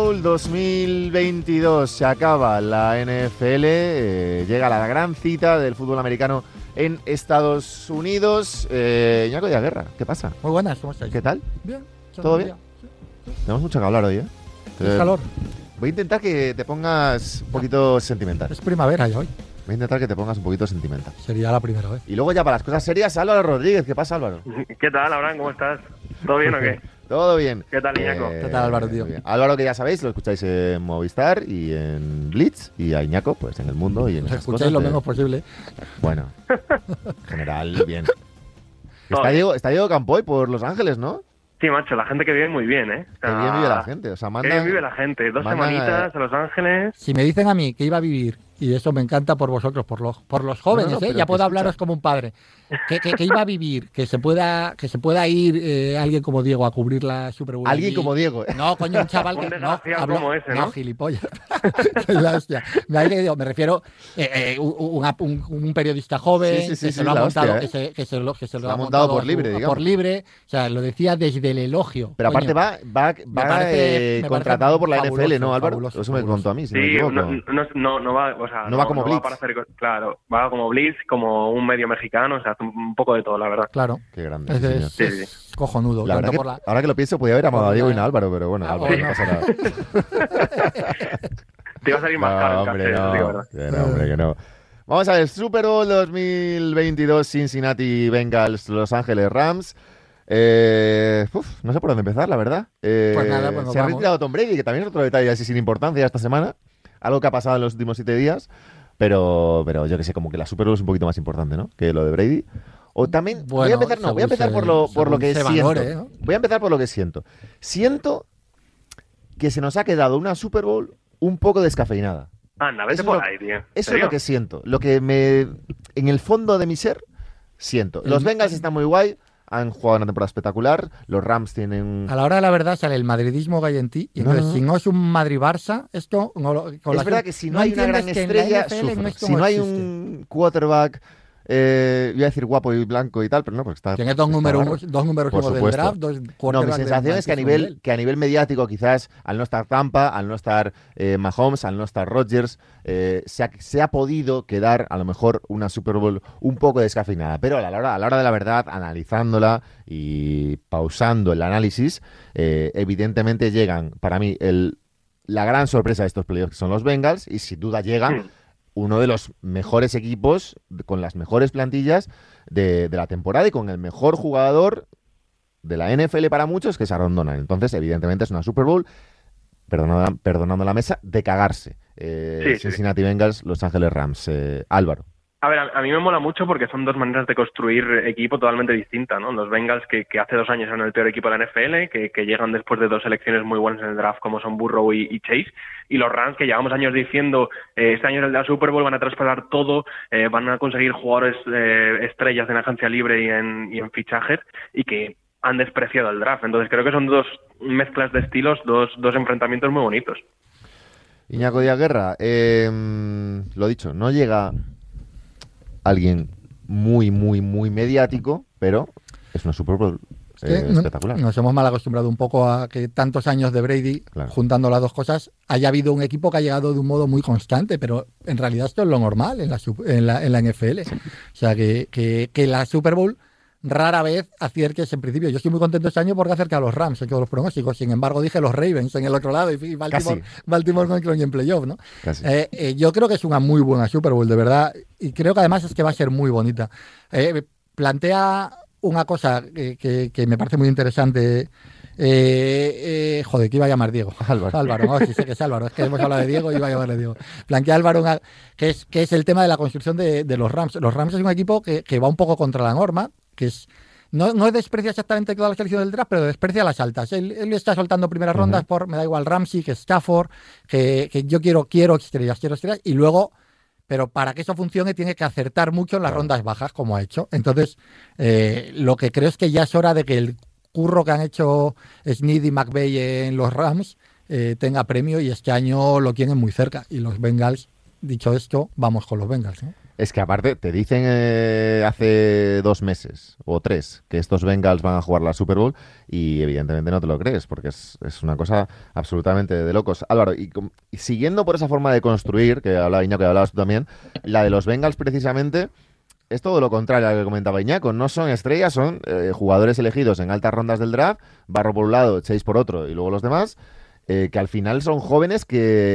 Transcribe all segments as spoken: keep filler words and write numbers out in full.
Bowl dos mil veintidós. Se acaba la N F L, eh, llega la gran cita del fútbol americano en Estados Unidos. Eh, Iñaco de Guerra, ¿qué pasa? Muy buenas, ¿cómo estáis? ¿Qué tal? Bien. ¿Todo bien? Sí, sí. Tenemos mucho que hablar hoy, ¿eh? Es Eh, calor. Voy a intentar que te pongas un poquito sentimental. Es primavera ya hoy. Voy a intentar que te pongas un poquito sentimental. Sería la primera vez. Y luego ya para las cosas serias, Álvaro Rodríguez. ¿Qué pasa, Álvaro? ¿Qué tal, Abraham? ¿Cómo estás? ¿Todo bien o qué? Todo bien. ¿Qué tal, Iñaco? ¿Qué tal, Álvaro, tío? muy bien. Álvaro, que ya sabéis, lo escucháis en Movistar y en Blitz. Y a Iñaco, pues en El Mundo y en Os esas escucháis cosas lo de- menos posible. Bueno, en general, bien. Todo Está bien. Diego, está Diego Campoy por Los Ángeles, ¿no? Sí, macho, la gente que vive muy bien, ¿eh? O Qué sea, bien vive la gente. O sea, Qué mandan, bien vive la gente. Dos mandan, semanitas eh, a Los Ángeles. Si me dicen a mí que iba a vivir, y eso me encanta por vosotros, por los, por los jóvenes, No, no, no, ¿eh? pero Ya que puedo escucha. hablaros como un padre. Que, que, que iba a vivir, que se pueda, que se pueda ir eh, alguien como Diego a cubrir la Super Bowl. Alguien allí. como Diego, ¿eh? No, coño, un chaval Un que no, desgraciado hablo- como ese, ¿no? gilipollas. Soy la hostia. Me, ha ido- me refiero eh, eh, un, un- un- un periodista joven Sí, sí, sí, que sí, se lo ha la montado, hostia, ¿eh? que, se, que se lo, que se lo lo ha ha montado por a su- libre, digamos. por libre. O sea, lo decía desde el elogio. Pero coño. aparte va, va, Me va parece- eh, me contratado parece por la N F L, ¿no, fabuloso, Álvaro? fabuloso, Eso me fabuloso. contó a mí, si no me Sí, equivoco. no, no, no, no va, o sea, No va como no Blitz. para hacer, claro, va como Blitz, como un medio mexicano, o sea, hace un un poco de todo, la verdad. Claro. Qué grande, Es, sí, señor. es- Sí, es cojonudo. La tanto verdad que, por la- ahora que lo pienso, podía haber llamado por a Diego y la- no a Álvaro, pero bueno, Ah, Álvaro, no bueno. pasa nada. Te iba a salir más No, caro el hombre, café, eso sí que es no, verdad. que no, hombre, que no. Vamos a ver, Super Bowl dos mil veintidós, Cincinnati Bengals, Los Ángeles Rams. Eh, uf, no sé por dónde empezar, la verdad. Eh, Pues nada, pues nos se ha vamos. retirado Tom Brady, que también es otro detalle así sin importancia esta semana. Algo que ha pasado en los últimos siete días. Pero, pero yo que sé, como que la Super Bowl es un poquito más importante, ¿no? Que lo de Brady. O también, voy a Bueno, empezar, no, voy a según empezar se- por lo, por lo según que se siento. valore, ¿no? Voy a empezar por lo que siento. Siento que se nos ha quedado una Super Bowl un poco descafeinada. Anda, vete Eso por es lo- ahí, tío. Eso es ¿Serio? lo que siento. Lo que me. En el fondo de mi ser, siento. Los El- Bengals están muy guay. Han jugado una temporada espectacular. Los Rams tienen. A la hora de la verdad sale el madridismo gay en ti. Y No, entonces, no, no. si no es un Madrid-Barça, esto no lo. con Es la- verdad que si no, hay una gran entiendes que en la estrella, N F L sufre. no es Si como no hay existe. un quarterback, eh, iba a decir guapo y blanco y tal, pero no, porque está. Tienes dos está números, raro. dos números Por uno del supuesto. draft, dos No, mi quarterbacks de sensación es que a altísimo nivel, nivel. que a nivel mediático, quizás al no estar Tampa, al no estar eh, Mahomes, al no estar Rodgers, eh, se, ha, se ha podido quedar a lo mejor una Super Bowl un poco descafeinada. Pero a la hora, a la hora de la verdad, analizándola y pausando el análisis, eh, evidentemente llegan, para mí, el, la gran sorpresa de estos playoffs que son los Bengals, y sin duda llega Mm. uno de los mejores equipos, con las mejores plantillas de, de la temporada y con el mejor jugador de la N F L para muchos, que es Aaron Donald. Entonces, evidentemente, es una Super Bowl, perdonando, perdonando la mesa, de cagarse. Eh, Sí, sí, Cincinnati Bengals, Los Ángeles Rams. Eh, Álvaro. A ver, a, a mí me mola mucho porque son dos maneras de construir equipo totalmente distintas, ¿no? Los Bengals, que, que hace dos años eran el peor equipo de la N F L, que, que llegan después de dos selecciones muy buenas en el draft, como son Burrow y, y Chase, y los Rams, que llevamos años diciendo, eh, este año es el de la Super Bowl, van a traspasar todo, eh, van a conseguir jugadores eh, estrellas en agencia libre y en, y en fichajes, y que han despreciado el draft. Entonces creo que son dos mezclas de estilos, dos, dos enfrentamientos muy bonitos. Iñaco Díaz Guerra, eh, lo dicho, no llega alguien muy, muy, muy mediático, pero es una Super Bowl Es que eh, no- espectacular. Nos hemos mal acostumbrado un poco a que tantos años de Brady, Claro. juntando las dos cosas, haya habido un equipo que ha llegado de un modo muy constante, pero en realidad esto es lo normal en la, sup- en la, en la N F L. O sea, que, que, que la Super Bowl rara vez acierques en principio. Yo estoy muy contento este año porque acerca a los Rams en todos los pronósticos. Sin embargo, dije los Ravens en el otro lado y y Baltimore, Baltimore con Clon y en playoff, ¿no? Casi. Eh, eh, yo creo que es una muy buena Super Bowl, de verdad. Y creo que además es que va a ser muy bonita. Eh, plantea una cosa que, que- que me parece muy interesante. Eh, eh, joder, que iba a llamar Diego. Álvaro. Álvaro, no, sí sé que es Álvaro. Es que hemos hablado de Diego y iba a llamarle Diego. Plantea Álvaro una- que, es, que es el tema de la construcción de, de los Rams. Los Rams es un equipo que, que va un poco contra la norma, que es no, no desprecia exactamente toda la selección del draft, pero desprecia las altas. Él, él está soltando primeras Ujú. rondas por, me da igual, Ramsey, que Stafford, que, que yo quiero, quiero estrellas, quiero estrellas, y luego, pero para que eso funcione tiene que acertar mucho en las Claro. rondas bajas, como ha hecho. Entonces, eh, lo que creo es que ya es hora de que el curro que han hecho Snead y McVay en los Rams eh, tenga premio, y este año lo tienen muy cerca. Y los Bengals, dicho esto, vamos con los Bengals, ¿no? Es que aparte te dicen eh, hace dos meses o tres que estos Bengals van a jugar la Super Bowl y evidentemente no te lo crees porque es, es una cosa absolutamente de locos. Álvaro, y, y siguiendo por esa forma de construir, que hablaba Iñaco, que hablabas tú también, la de los Bengals precisamente es todo lo contrario a lo que comentaba Iñaco. No son estrellas, son eh, jugadores elegidos en altas rondas del draft, Barro por un lado, Chase por otro y luego los demás. Eh, que al final son jóvenes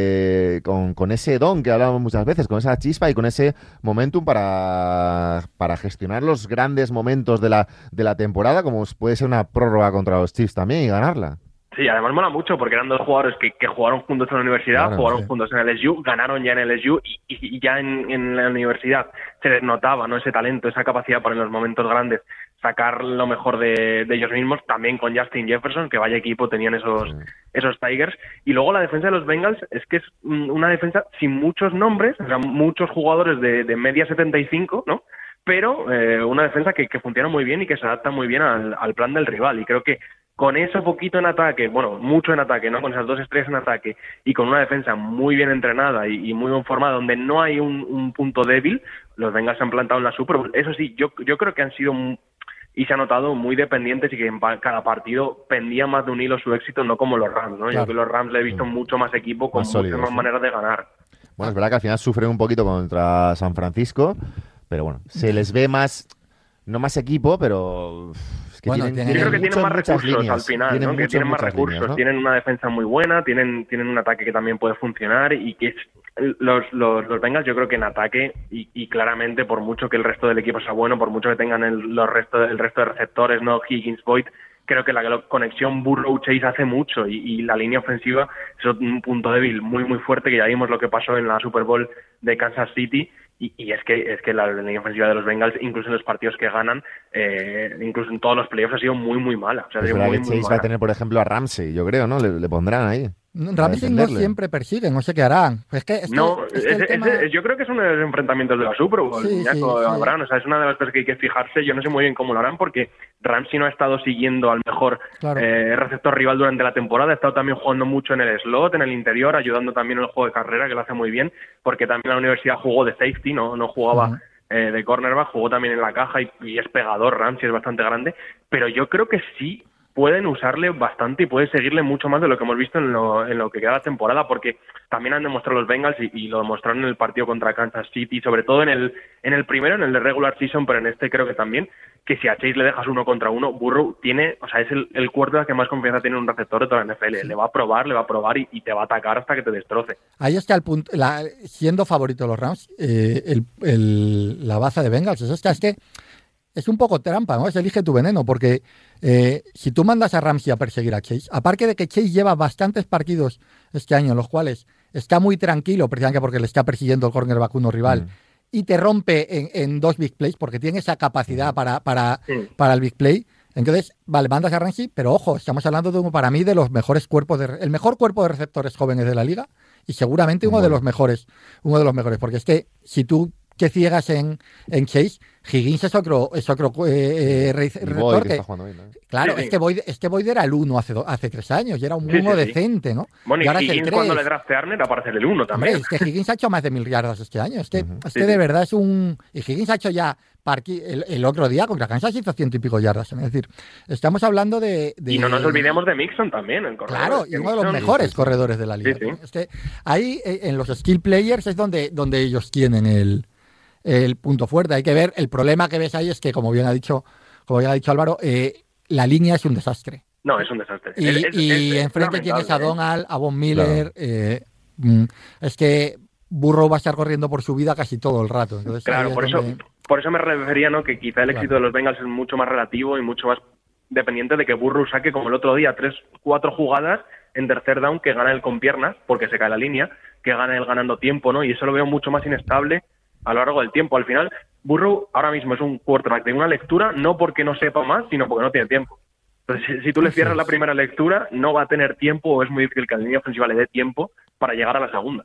que con, con ese don que hablábamos muchas veces, con esa chispa y con ese momentum para, para gestionar los grandes momentos de la, de la temporada, como puede ser una prórroga contra los Chiefs también y ganarla. Sí, además mola mucho porque eran dos jugadores que, que jugaron juntos en la universidad, claro, jugaron sí. juntos en el S U, ganaron ya en el S U y, y, y ya en, en la universidad se les notaba, ¿no?, ese talento, esa capacidad para en los momentos grandes sacar lo mejor de, de ellos mismos, también con Justin Jefferson, que vaya equipo tenían esos, sí. esos Tigers. Y luego la defensa de los Bengals es que es una defensa sin muchos nombres, o sea, muchos jugadores de, de media setenta y cinco, ¿no?, pero eh, una defensa que, que funciona muy bien y que se adapta muy bien al, al plan del rival. Y creo que con eso poquito en ataque, bueno, mucho en ataque, ¿no?, con esas dos estrellas en ataque y con una defensa muy bien entrenada y, y muy bien formada, donde no hay un, un punto débil, los Bengals se han plantado en la Super Bowl. Eso sí, yo, yo creo que han sido un, y se ha notado muy dependientes y que en cada partido pendía más de un hilo su éxito, no como los Rams, ¿no? Claro. Yo que los Rams le he visto mucho más equipo con más muchas sólidos, más ¿sí? maneras de ganar. Bueno, es verdad que al final sufren un poquito contra San Francisco, pero bueno, se les ve más, no más equipo, pero es que bueno, tienen, yo creo que mucho, tienen más recursos líneas, al final, tienen ¿no? Que mucho, tienen más recursos, líneas, ¿no? Tienen una defensa muy buena, tienen tienen un ataque que también puede funcionar y que es, los, los, los Bengals yo creo que en ataque y, y claramente por mucho que el resto del equipo sea bueno, por mucho que tengan el, los resto, el resto de receptores, no Higgins, Boyd, creo que la conexión Burrow-Chase hace mucho y, y la línea ofensiva es un punto débil muy muy fuerte que ya vimos lo que pasó en la Super Bowl de Kansas City. Y, y es que es que la línea ofensiva de los Bengals, incluso en los partidos que ganan, eh, incluso en todos los playoffs, ha sido muy, muy mala. O sea, ha sido muy, que muy Chase mala. va a tener, por ejemplo, a Ramsey, yo creo, ¿no? Le, le pondrán ahí. Ramsey no siempre persiguen, no sé qué harán. Es que, es no, que, es que es, tema... es, yo creo que es uno de los enfrentamientos de la Super Bowl, sí, ya sí, con sí. Abraham, o sea, es una de las cosas que hay que fijarse. Yo no sé muy bien cómo lo harán porque Ramsey no ha estado siguiendo al mejor claro. eh, receptor rival durante la temporada, ha estado también jugando mucho en el slot, en el interior, ayudando también en el juego de carrera, que lo hace muy bien, porque también en la universidad jugó de safety, no, no jugaba... Uh-huh. Eh, de cornerback, jugó también en la caja y, y es pegador, Ramsey es bastante grande, pero yo creo que sí pueden usarle bastante y puede seguirle mucho más de lo que hemos visto en lo, en lo que queda la temporada, porque también han demostrado los Bengals y, y lo demostraron en el partido contra Kansas City, sobre todo en el en el primero, en el de regular season, pero en este creo que también, que si a Chase le dejas uno contra uno, Burrow tiene, o sea, es el, el quarterback que más confianza tiene un receptor de toda la N F L. Sí. Le va a probar, le va a probar y, y te va a atacar hasta que te destroce. Ahí está el punto, la, siendo favorito de los Rams, eh, el, el, la baza de Bengals, es que es que es un poco trampa, ¿no? Es elige tu veneno, porque eh, si tú mandas a Ramsey a perseguir a Chase, aparte de que Chase lleva bastantes partidos este año en los cuales está muy tranquilo, precisamente porque le está persiguiendo el cornerback uno rival, mm. y te rompe en, en dos big plays, porque tiene esa capacidad para, para, sí. para el big play. Entonces, vale, mandas a Ramsey, pero ojo, estamos hablando de uno, para mí, de los mejores cuerpos, de, el mejor cuerpo de receptores jóvenes de la liga y seguramente uno bueno. de los mejores, uno de los mejores, porque es que si tú te ciegas en, en Chase, Higgins es otro, es otro eh, receptor que, que bien, ¿no? Claro, sí, sí. es que Boyd, es que Boyd era el uno hace, do, hace tres años y era un uno sí, sí, decente, ¿no? Bueno, y, y ahora Higgins es el cuando le draftearon era para hacer el uno también. Hombre, es que Higgins ha hecho más de mil yardas este año, es que, uh-huh. es que sí, de sí. verdad es un... Y Higgins ha hecho ya parqui, el, el otro día contra Kansas hizo ciento y pico yardas, es decir, estamos hablando de... de... Y no nos olvidemos de Mixon también, el corredor. Claro, y uno de los mejores sí, sí. corredores de la liga. Sí, sí. Es que ahí, en los skill players, es donde, donde ellos tienen el... el punto fuerte. Hay que ver, el problema que ves ahí es que, como bien ha dicho, como bien ha dicho Álvaro, eh, la línea es un desastre. No, es un desastre. Y, es, es, y es, enfrente es tienes a Donald, a Von Miller. Claro. Eh, mm, es que Burrow va a estar corriendo por su vida casi todo el rato. Entonces, claro, por eso, donde... por eso me refería, ¿no? Que quizá el éxito claro. de los Bengals es mucho más relativo y mucho más dependiente de que Burrow saque, como el otro día, tres, cuatro jugadas en tercer down que gana él con piernas, porque se cae la línea, que gana él ganando tiempo, ¿no? Y eso lo veo mucho más inestable a lo largo del tiempo. Al final, Burrow ahora mismo es un quarterback de una lectura, no porque no sepa más, sino porque no tiene tiempo. Entonces, si, si tú le cierras la primera lectura, no va a tener tiempo, o es muy difícil que la línea ofensiva le dé tiempo para llegar a la segunda.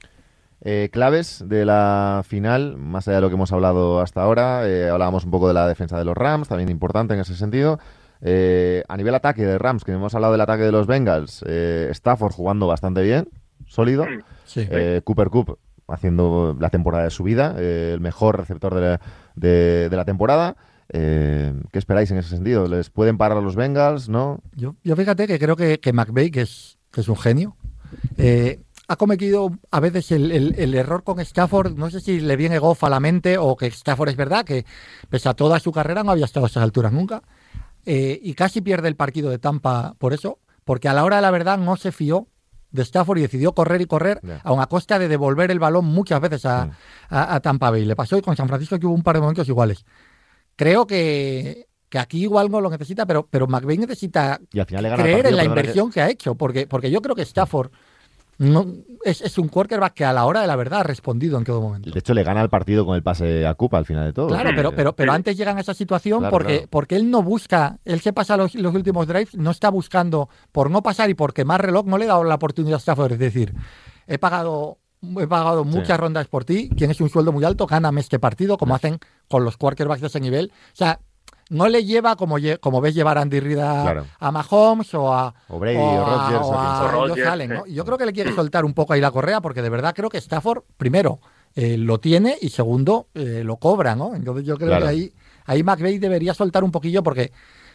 Eh, claves de la final, más allá de lo que hemos hablado hasta ahora, eh, hablábamos un poco de la defensa de los Rams, también importante en ese sentido. Eh, a nivel ataque de Rams, que hemos hablado del ataque de los Bengals, eh, Stafford jugando bastante bien, sólido. Sí. Eh, Cooper Kupp haciendo la temporada de su vida, eh, el mejor receptor de la, de, de la temporada. Eh, ¿Qué esperáis en ese sentido? ¿Les pueden parar a los Bengals? ¿No? Yo, yo fíjate que creo que, que McVay, que es, que es un genio, eh, ha cometido a veces el, el, el error con Stafford. No sé si le viene Goff a la mente o que Stafford es verdad que pese a toda su carrera no había estado a esas alturas nunca, eh, y casi pierde el partido de Tampa por eso, porque a la hora de la verdad no se fió de Stafford y decidió correr y correr, yeah, aun a costa de devolver el balón muchas veces a, mm. a, a Tampa Bay. Le pasó y con San Francisco que hubo un par de momentos iguales. Creo que, que aquí igual no lo necesita, pero, pero McVay necesita y al final le gana creer partido, en la perdona, inversión que... que ha hecho, porque, porque yo creo que Stafford no, es, es un quarterback que a la hora de la verdad ha respondido en todo momento. De hecho, le gana el partido con el pase a Cupa al final de todo. Claro, pero, pero, pero antes llegan a esa situación claro, porque, claro. porque él no busca, él se pasa los, los últimos drives, no está buscando por no pasar y por quemar reloj, no le he dado la oportunidad a Stafford, es decir, he pagado... He pagado muchas sí. rondas por ti, tienes un sueldo muy alto, gáname este partido, como sí. hacen con los quarterbacks de ese nivel. O sea, no le lleva como, como ves llevar a Andy Reid a, claro. a Mahomes o a o Brady o, o Rodgers o a, o a Josh Allen, ¿no? Yo creo que le quiere soltar un poco ahí la correa porque de verdad creo que Stafford, primero, eh, lo tiene y segundo, eh, lo cobra, ¿no? Entonces yo creo claro. que ahí, ahí McVay debería soltar un poquillo porque...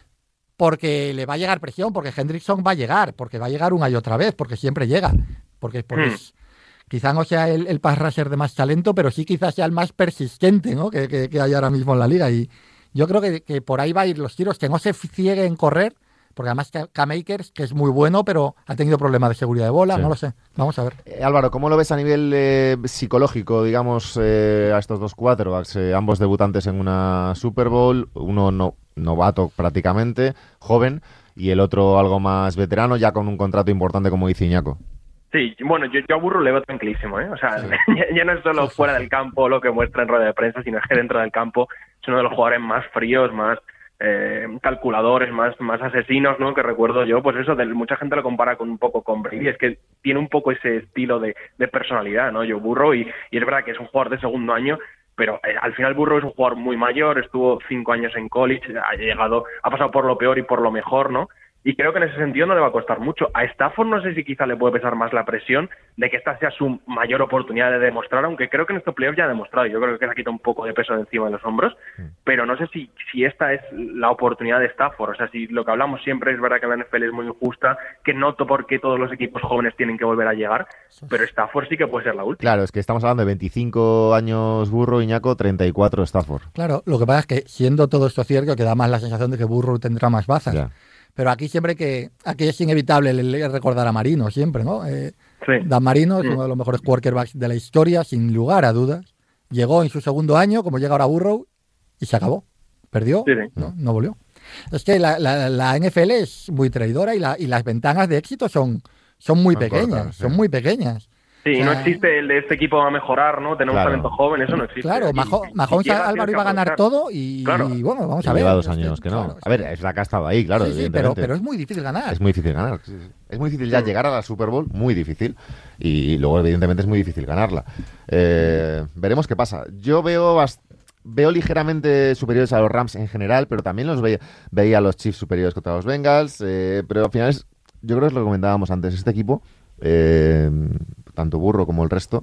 porque le va a llegar presión, porque Hendrickson va a llegar, porque va a llegar una y otra vez, porque siempre llega, porque, porque hmm. es, quizá no sea el, el pass rusher de más talento, pero sí quizás sea el más persistente, ¿no? que, que, que hay ahora mismo en la liga. Y yo creo que, que por ahí va a ir los tiros, que no se ciegue en correr, porque además K-Makers, que es muy bueno, pero ha tenido problemas de seguridad de bola, sí. no lo sé. Vamos a ver. Eh, Álvaro, ¿cómo lo ves a nivel eh, psicológico, digamos, eh, a estos dos quarterbacks? Eh, ambos debutantes en una Super Bowl, uno no, novato prácticamente, joven, y el otro algo más veterano, ya con un contrato importante como dice Iñaco. Sí, bueno, yo, yo a Burrow le veo tranquilísimo, ¿eh? O sea, sí. ya, ya no es solo sí, fuera sí, del campo lo que muestra en rueda de prensa, sino es que dentro del campo es uno de los jugadores más fríos, más eh, calculadores, más más asesinos, ¿no? Que recuerdo yo, pues eso, de, mucha gente lo compara con un poco con Brady, es que tiene un poco ese estilo de, de personalidad, ¿no? Yo Burrow, y, y es verdad que es un jugador de segundo año, pero eh, al final Burrow es un jugador muy mayor, estuvo cinco años en college, ha llegado, ha pasado por lo peor y por lo mejor, ¿no? Y creo que en ese sentido no le va a costar mucho. A Stafford no sé si quizá le puede pesar más la presión de que esta sea su mayor oportunidad de demostrar, aunque creo que en estos playoffs ya ha demostrado. Yo creo que se ha quitado un poco de peso de encima de los hombros, pero no sé si, si esta es la oportunidad de Stafford. O sea, si lo que hablamos siempre es verdad que la N F L es muy injusta, que noto por qué todos los equipos jóvenes tienen que volver a llegar, pero Stafford sí que puede ser la última. Claro, es que estamos hablando de veinticinco años Burrow, Iñaco, treinta y cuatro Stafford. Claro, lo que pasa es que siendo todo esto cierto, que da más la sensación de que Burrow tendrá más bazas. Ya. Pero aquí siempre que, aquí es inevitable recordar a Marino, siempre, ¿no? Eh, sí. Dan Marino es uno de los mejores quarterbacks de la historia, sin lugar a dudas. Llegó en su segundo año, como llega ahora Burrow, y se acabó. Perdió, sí, sí. No, no volvió. Es que la, la, la N F L es muy traidora y, la, y las ventanas de éxito son, son muy son pequeñas, cortas, sí. son muy pequeñas. Sí, o sea, no existe el de este equipo va a mejorar, ¿no? Tenemos claro. talento joven, eso no existe. Claro, Mahomes Álvaro iba a ganar todo y, claro. y bueno, vamos a ver. Lleva dos años este, que no. Claro, a ver, es la que ha estado ahí, claro. Sí, sí, pero, pero es muy difícil ganar. Es muy difícil ganar. Es muy difícil ya llegar a la Super Bowl, muy difícil. Y luego, evidentemente, es muy difícil ganarla. Eh, veremos qué pasa. Yo veo bastante... Veo ligeramente superiores a los Rams en general, pero también los veía, veía a los Chiefs superiores contra los Bengals. Eh, pero al final, es, yo creo que es lo que comentábamos antes. Este equipo, eh, tanto Burrow como el resto,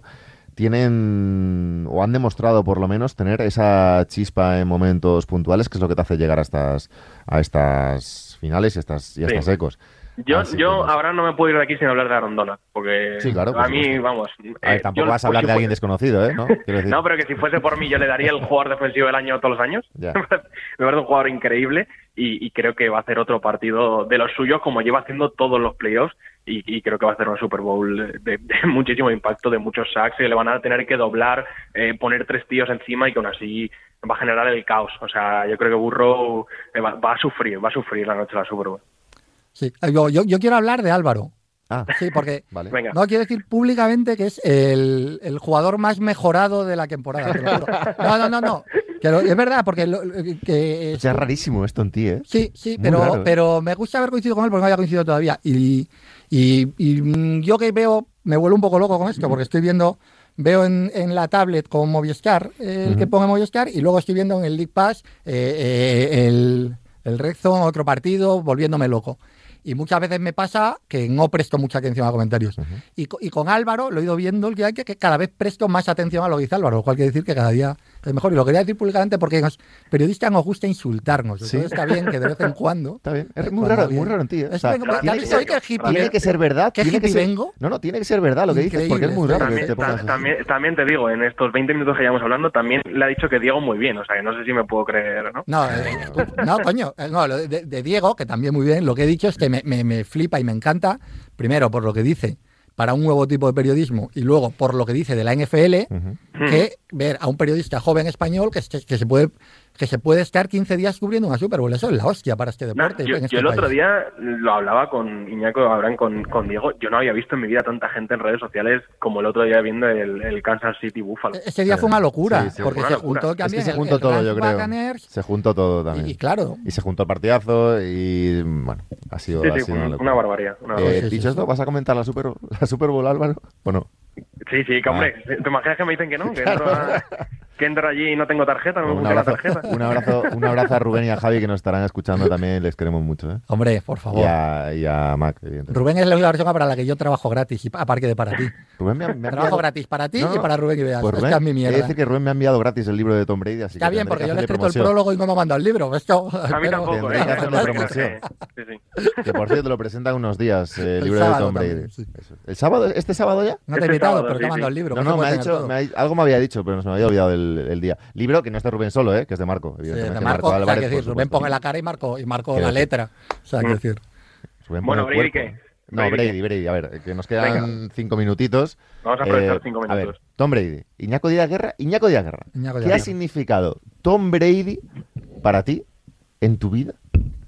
tienen o han demostrado por lo menos tener esa chispa en momentos puntuales, que es lo que te hace llegar a estas, a estas finales y, estas, y a sí. estas ecos. Yo, yo ahora no me puedo ir de aquí sin hablar de Aaron Donald, porque sí, claro, a mí, supuesto. vamos... A ver, tampoco yo, vas a hablar de alguien desconocido, ¿eh? ¿No? Decir... no, pero que si fuese por mí yo le daría el jugador defensivo del año todos los años. Yeah. Me parece un jugador increíble y, y creo que va a hacer otro partido de los suyos como lleva haciendo todos los playoffs y, y creo que va a hacer una Super Bowl de, de muchísimo impacto, de muchos sacks, y le van a tener que doblar, eh, poner tres tíos encima y que aún así va a generar el caos. O sea, yo creo que Burrow va, va a sufrir, va a sufrir la noche de la Super Bowl. Sí, yo, yo, yo quiero hablar de Álvaro. Ah, sí, porque vale. no quiero decir públicamente que es el, el jugador más mejorado de la temporada. No, no, no, no. Que lo, es verdad, porque lo, que es, o sea, es rarísimo esto en ti, ¿eh? Sí, sí, pero, raro, ¿eh? pero me gusta haber coincidido con él porque no había coincidido todavía. Y, y, y yo que veo, me vuelvo un poco loco con esto, porque estoy viendo, veo en, en la tablet con Movistar, eh, el uh-huh. que pone Movistar, y luego estoy viendo en el League Pass eh, eh, el, el Red Zone, otro partido, volviéndome loco. Y muchas veces me pasa que no presto mucha atención a comentarios. Uh-huh. Y, y con Álvaro lo he ido viendo el que hay que, que cada vez presto más atención a lo que dice Álvaro, lo cual quiere decir que cada día es mejor. Y lo quería decir públicamente porque los periodistas nos gusta insultarnos. Sí. Entonces está bien que de vez en cuando... Está bien. Es muy raro, muy raro en ti. ¿eh? O sea, vengo, tiene, tiene, que, que, hippie, tiene que ser verdad. ¿Qué tiene hippie que ser, vengo? No, no, tiene que ser verdad lo que Increíble. dices porque es muy raro también, que te pongas también, también te digo, en estos veinte minutos que llevamos hablando, también le ha dicho que Diego muy bien. O sea, que no sé si me puedo creer, ¿no? No, eh, no coño. No, de, de Diego, que también muy bien, lo que he dicho es que me, me, me flipa y me encanta, primero por lo que dice para un nuevo tipo de periodismo y luego por lo que dice de la N F L, uh-huh. que ver a un periodista joven español que, que se puede que se puede estar quince días cubriendo una Super Bowl. Eso es la hostia para este deporte. No, yo, en este yo el país. otro día lo hablaba con Iñaco Abraham, con, con Diego. Yo no había visto en mi vida tanta gente en redes sociales como el otro día viendo el, el Kansas City Buffalo. Ese día fue una locura, sí, sí, porque una se locura. juntó también es que se el, juntó el todo, yo creo. Wagoners, se juntó todo también. Y, y claro. Y se juntó el partidazo y bueno, ha sido, sí, ha sí, sido una, una barbaridad. Una barbaridad. Eh, sí, dicho sí, esto, sí. ¿vas a comentar la Super, la Super Bowl, Álvaro, o no? Sí, sí, que hombre, ah. ¿te imaginas que me dicen que no? Que, claro. entro, a, que entro allí y no tengo tarjeta, no me un funciona abrazo, la tarjeta. Un abrazo, un abrazo a Rubén y a Javi que nos estarán escuchando también, les queremos mucho. ¿eh? Hombre, por favor. Y a, y a Mac, evidentemente. Rubén es la única persona para la que yo trabajo gratis, y aparte de para ti. Rubén me ha, me ha trabajo enviado... gratis para ti no, y para Rubén y Beas. Pues Rubén, es que es mi mierda. Es decir que Rubén me ha enviado gratis el libro de Tom Brady, así Está que bien, porque yo le he escrito promoción. el prólogo y no me ha mandado el libro. Esto, a mí tampoco, ¿eh? ¿eh? Que hacerle promoción. Sí, sí. Que por cierto lo presentan unos días, eh, el, el libro de Tom Brady. También, sí. ¿El sábado? ¿Este sábado ya? No te he este invitado, sábado, pero sí, te ha mandado sí. el libro. No, no, me ha dicho, me ha, algo me había dicho, pero se me había olvidado el, el día. Libro que no es de Rubén solo, ¿eh? Que es de Marco, evidentemente. Sí, de Marco, Marco Álvarez, o sea, que decir, Rubén pone la cara y Marco, y Marco la letra. O sea, que decir. Rubén bueno, pone Brady, el cuerpo. ¿qué? No, Brady, Brady, Brady, a ver, que nos quedan Venga. cinco minutitos. Vamos a aprovechar eh, cinco minutos. A ver, Tom Brady, Iñaco Díaz Guerra, Iñaco Díaz Guerra. Iñaco ¿Qué Díaz ha Guerra. significado Tom Brady para ti en tu vida?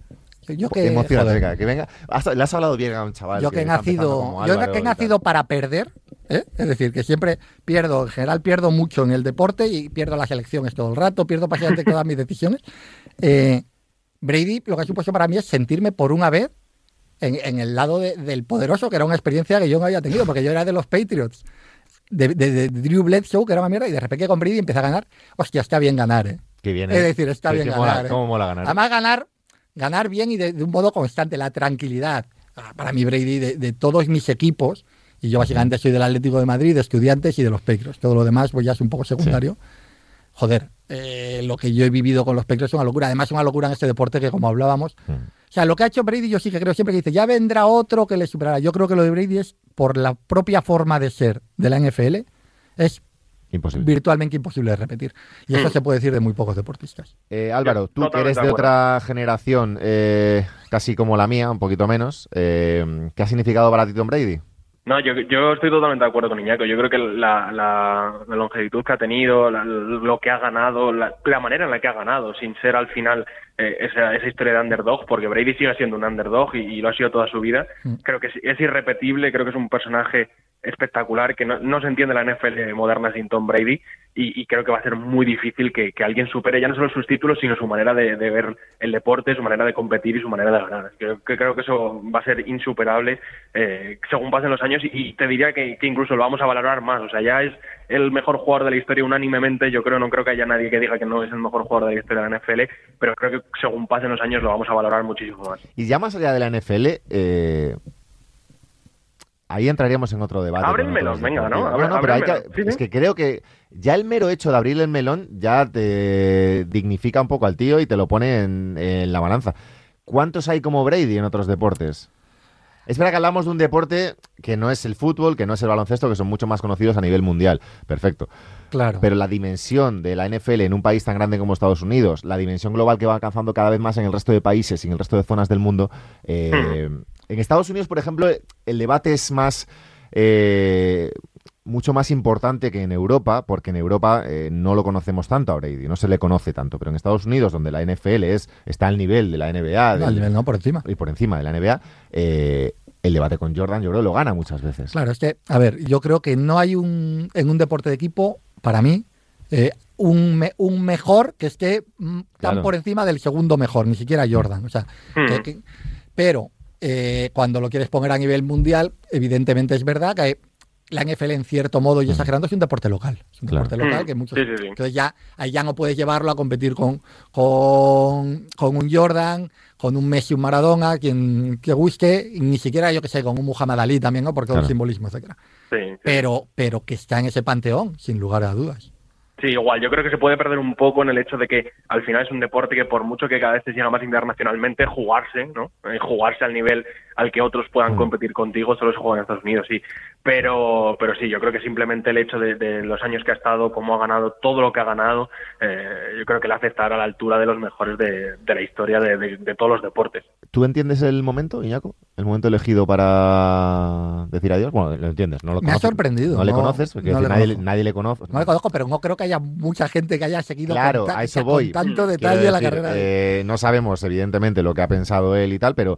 Yo que, Emocionate, venga, que venga. Has, le has hablado bien a un chaval. Yo que, que he nacido, yo que he nacido para perder, ¿eh? Es decir, que siempre pierdo, en general pierdo mucho en el deporte y pierdo las elecciones todo el rato, pierdo prácticamente todas mis decisiones. Eh, Brady, lo que ha supuesto para mí es sentirme por una vez en, en el lado de, del poderoso, que era una experiencia que yo no había tenido, porque yo era de los Patriots, de, de, de Drew Bledsoe, que era una mierda, y de repente con Brady empecé a ganar. Hostia, está bien ganar, ¿eh? Qué bien, ¿eh? Es decir, está qué, bien qué ganar. Mola, ¿eh? ¿Cómo mola ganar? Además, ganar, ganar bien y de, de un modo constante, la tranquilidad. Para mí, Brady, de, de todos mis equipos, y yo básicamente soy del Atlético de Madrid, de Estudiantes y de los Patriots. Todo lo demás pues ya es un poco secundario. Sí. Joder, eh, lo que yo he vivido con los Patriots es una locura. Además, es una locura en este deporte que, como hablábamos, mm. o sea, lo que ha hecho Brady, yo sí que creo siempre que dice, ya vendrá otro que le superará. Yo creo que lo de Brady es, por la propia forma de ser de la N F L, es imposible. Virtualmente imposible de repetir. Y eso mm. se puede decir de muy pocos deportistas. Eh, Álvaro, tú que eres de otra generación, eh, casi como la mía, un poquito menos, eh, ¿qué ha significado para ti Tom Brady? No, yo, yo estoy totalmente de acuerdo con Iñaco. Yo creo que la, la, la longevidad que ha tenido, la, lo que ha ganado, la, la manera en la que ha ganado, sin ser al final eh, esa, esa historia de underdog, porque Brady sigue siendo un underdog y, y lo ha sido toda su vida. Mm. Creo que es, es irrepetible, creo que es un personaje espectacular, que no, no se entiende la N F L moderna sin Tom Brady, y, y creo que va a ser muy difícil que, que alguien supere ya no solo sus títulos, sino su manera de, de ver el deporte, su manera de competir y su manera de ganar. Creo que, creo que eso va a ser insuperable eh, según pasen los años, y, y te diría que, que incluso lo vamos a valorar más. O sea, ya es el mejor jugador de la historia unánimemente. Yo creo, no creo que haya nadie que diga que no es el mejor jugador de la historia de la N F L, pero creo que según pasen los años lo vamos a valorar muchísimo más. Y ya más allá de la N F L, eh... ahí entraríamos en otro debate. Abre el melón, venga, ¿no? Abre, no, no, pero hay que, ¿Sí, es sí? que creo que ya el mero hecho de abrir el melón ya te dignifica un poco al tío y te lo pone en, en la balanza. ¿Cuántos hay como Brady en otros deportes? Es verdad que hablamos de un deporte que no es el fútbol, que no es el baloncesto, que son mucho más conocidos a nivel mundial. Perfecto. Claro. Pero la dimensión de la N F L en un país tan grande como Estados Unidos, la dimensión global que va alcanzando cada vez más en el resto de países y en el resto de zonas del mundo... Eh, en Estados Unidos, por ejemplo, el debate es más... Eh, mucho más importante que en Europa, porque en Europa eh, no lo conocemos tanto a Brady, no se le conoce tanto, pero en Estados Unidos, donde la N F L es está al nivel de la N B A, no, del, al nivel no, por encima, y por encima de la N B A, eh, el debate con Jordan yo creo que lo gana muchas veces. Claro, es que, a ver, yo creo que no hay un en un deporte de equipo, para mí, eh, un, me, un mejor que esté mm, tan claro. por encima del segundo mejor, ni siquiera Jordan, o sea, mm. que, que, pero eh, cuando lo quieres poner a nivel mundial, evidentemente es verdad que hay, la N F L en cierto modo, y exagerando, es un deporte local. Es un claro. deporte local que muchos... Sí, sí, sí. Entonces ya, ahí ya no puedes llevarlo a competir con, con, con un Jordan, con un Messi, un Maradona, quien que guste, y ni siquiera yo que sé, con un Muhammad Ali también, ¿no? Porque todo Claro. el simbolismo, etcétera. Sí, sí. Pero, pero que está en ese panteón, sin lugar a dudas. Sí, igual, yo creo que se puede perder un poco en el hecho de que al final es un deporte que por mucho que cada vez se siga más internacionalmente, jugarse, ¿no? Eh, jugarse al nivel al que otros puedan Mm. competir contigo solo se juega en Estados Unidos, sí. Pero, pero sí, yo creo que simplemente el hecho de, de los años que ha estado, cómo ha ganado, todo lo que ha ganado, eh, yo creo que le hace estar a la altura de los mejores de, de la historia de, de, de todos los deportes. ¿Tú entiendes el momento, Iñaco? ¿El momento elegido para decir adiós? Bueno, lo entiendes, no lo Me ha conoces. sorprendido, No le no- conoces, porque no le nadie, conozco. nadie le conoce. No le conozco, pero no creo que haya mucha gente que haya seguido Claro, con, ta- a eso con voy. tanto Quiero detalle la decir, carrera. de- eh, no sabemos, evidentemente, lo que ha pensado él y tal, pero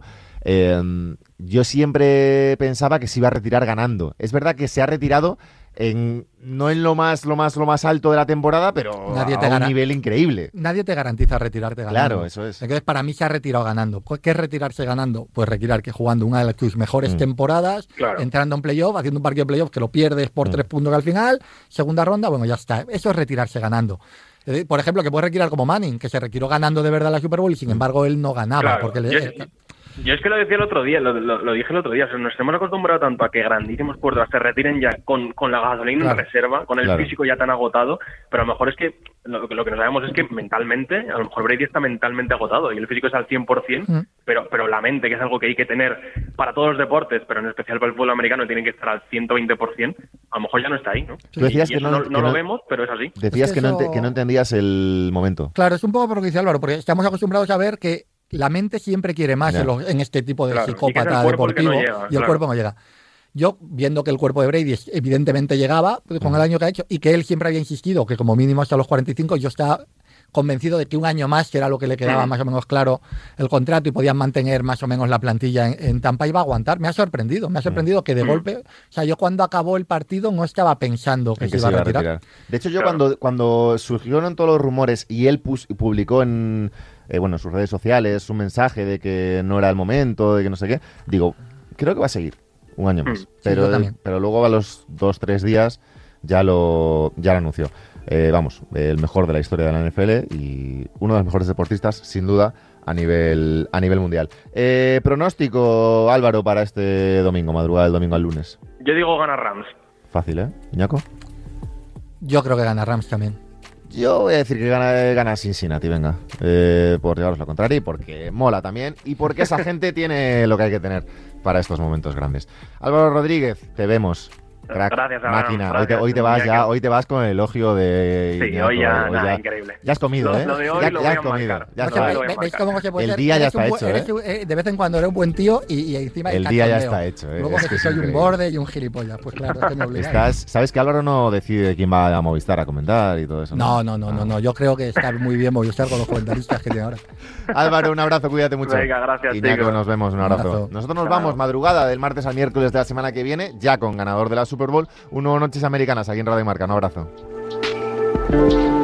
eh, yo siempre pensaba que se iba a retirar ganando. Es verdad que se ha retirado en, no en lo más, lo más, lo más alto de la temporada, pero Nadie te a un gana. nivel increíble. Nadie te garantiza retirarte ganando. Claro, eso es. Entonces, para mí se ha retirado ganando. ¿Qué es retirarse ganando? Pues retirar que jugando una de tus mejores Mm. temporadas, Claro. entrando en playoff, haciendo un partido de playoff que lo pierdes por Mm. tres puntos al final, segunda ronda, bueno, ya está. Eso es retirarse ganando. Es decir, por ejemplo, que puedes retirar como Manning, que se retiró ganando de verdad la Super Bowl y sin embargo él no ganaba. Claro, porque le- yo, yo es que lo decía el otro día, lo, lo, lo dije el otro día, o sea, nos hemos acostumbrado tanto a que grandísimos porteros se retiren ya con, con la gasolina Claro. en reserva, con el Claro. físico ya tan agotado, pero a lo mejor es que lo, lo que no sabemos es que mentalmente, a lo mejor Brady está mentalmente agotado y el físico es al cien por ciento, Mm. pero, pero la mente, que es algo que hay que tener para todos los deportes, pero en especial para el fútbol americano, tiene que estar al ciento veinte por ciento, a lo mejor ya no está ahí, ¿no? Tú decías Y que eso no- no, que no no- lo vemos, pero es así. Decías Es que que, no eso- ente- que no entendías el momento. Claro, es un poco por lo que dice Álvaro, porque estamos acostumbrados a ver que la mente siempre quiere más Ya. en, los- en este tipo de Claro, y que es el psicópata cuerpo el que deportivo no llega, y el claro. cuerpo no llega. Yo, viendo que el cuerpo de Brady es- evidentemente llegaba pues, con Mm. el año que ha hecho y que él siempre había insistido que como mínimo hasta los cuarenta y cinco, yo estaba convencido de que un año más, que era lo que le quedaba Mm. más o menos claro el contrato y podían mantener más o menos la plantilla en, en Tampa, iba a aguantar. Me ha sorprendido, me ha sorprendido que de Mm. golpe, o sea, yo cuando acabó el partido no estaba pensando que En se iba a retirar. De hecho, yo Claro. cuando, cuando surgieron todos los rumores y él pus- publicó en, eh, bueno, en sus redes sociales un mensaje de que no era el momento, de que no sé qué, digo, creo que va a seguir un año más. Mm. Sí, pero, yo también. pero luego a los dos, tres días ya lo, ya lo anunció. Eh, vamos, el mejor de la historia de la N F L y uno de los mejores deportistas, sin duda, a nivel, a nivel mundial. Eh, pronóstico, Álvaro, para este domingo, madrugada del domingo al lunes. Yo digo gana Rams. Fácil, ¿eh? Iñaco. Yo creo que gana Rams también. Yo voy a decir que gana, gana Cincinnati, venga. Eh, por llevaros lo contrario y porque mola también y porque esa gente tiene lo que hay que tener para estos momentos grandes. Álvaro Rodríguez, te vemos. Crack, Gracias, Abraham, máquina. Hoy te, gracias, hoy te vas ya, Iñaki. hoy te vas con el elogio de Sí, Iñaco, hoy ya, nada, increíble. Ya has comido, Lo- ¿eh? lo de hoy ya, lo ya voy has a comido. marcar. Ya No has se Ve- me lo comido. voy a ve- ¿Veis marcar. cómo se puede El ser? día ya Eres un está bu- hecho, eres ¿eh? un- eh, de vez en cuando eres un buen tío y, y encima El el día ya cachondeo. está hecho, ¿eh? Luego Es que que es soy un increíble. borde y un gilipollas. Pues claro, es que me obligáis. Estás, sabes que Álvaro no decide quién va a Movistar a comentar y todo eso. No, no, no, no, no. Yo creo que está muy bien Movistar con los comentaristas que tiene ahora. Álvaro, un abrazo, cuídate mucho. Venga, gracias, Iñaco, chicos. nos vemos, un Un abrazo. abrazo. Nosotros nos Chao. vamos madrugada del martes al miércoles de la semana que viene, ya con ganador de la Super Bowl, un nuevo Noches Americanas aquí en Radio Marca. Un abrazo.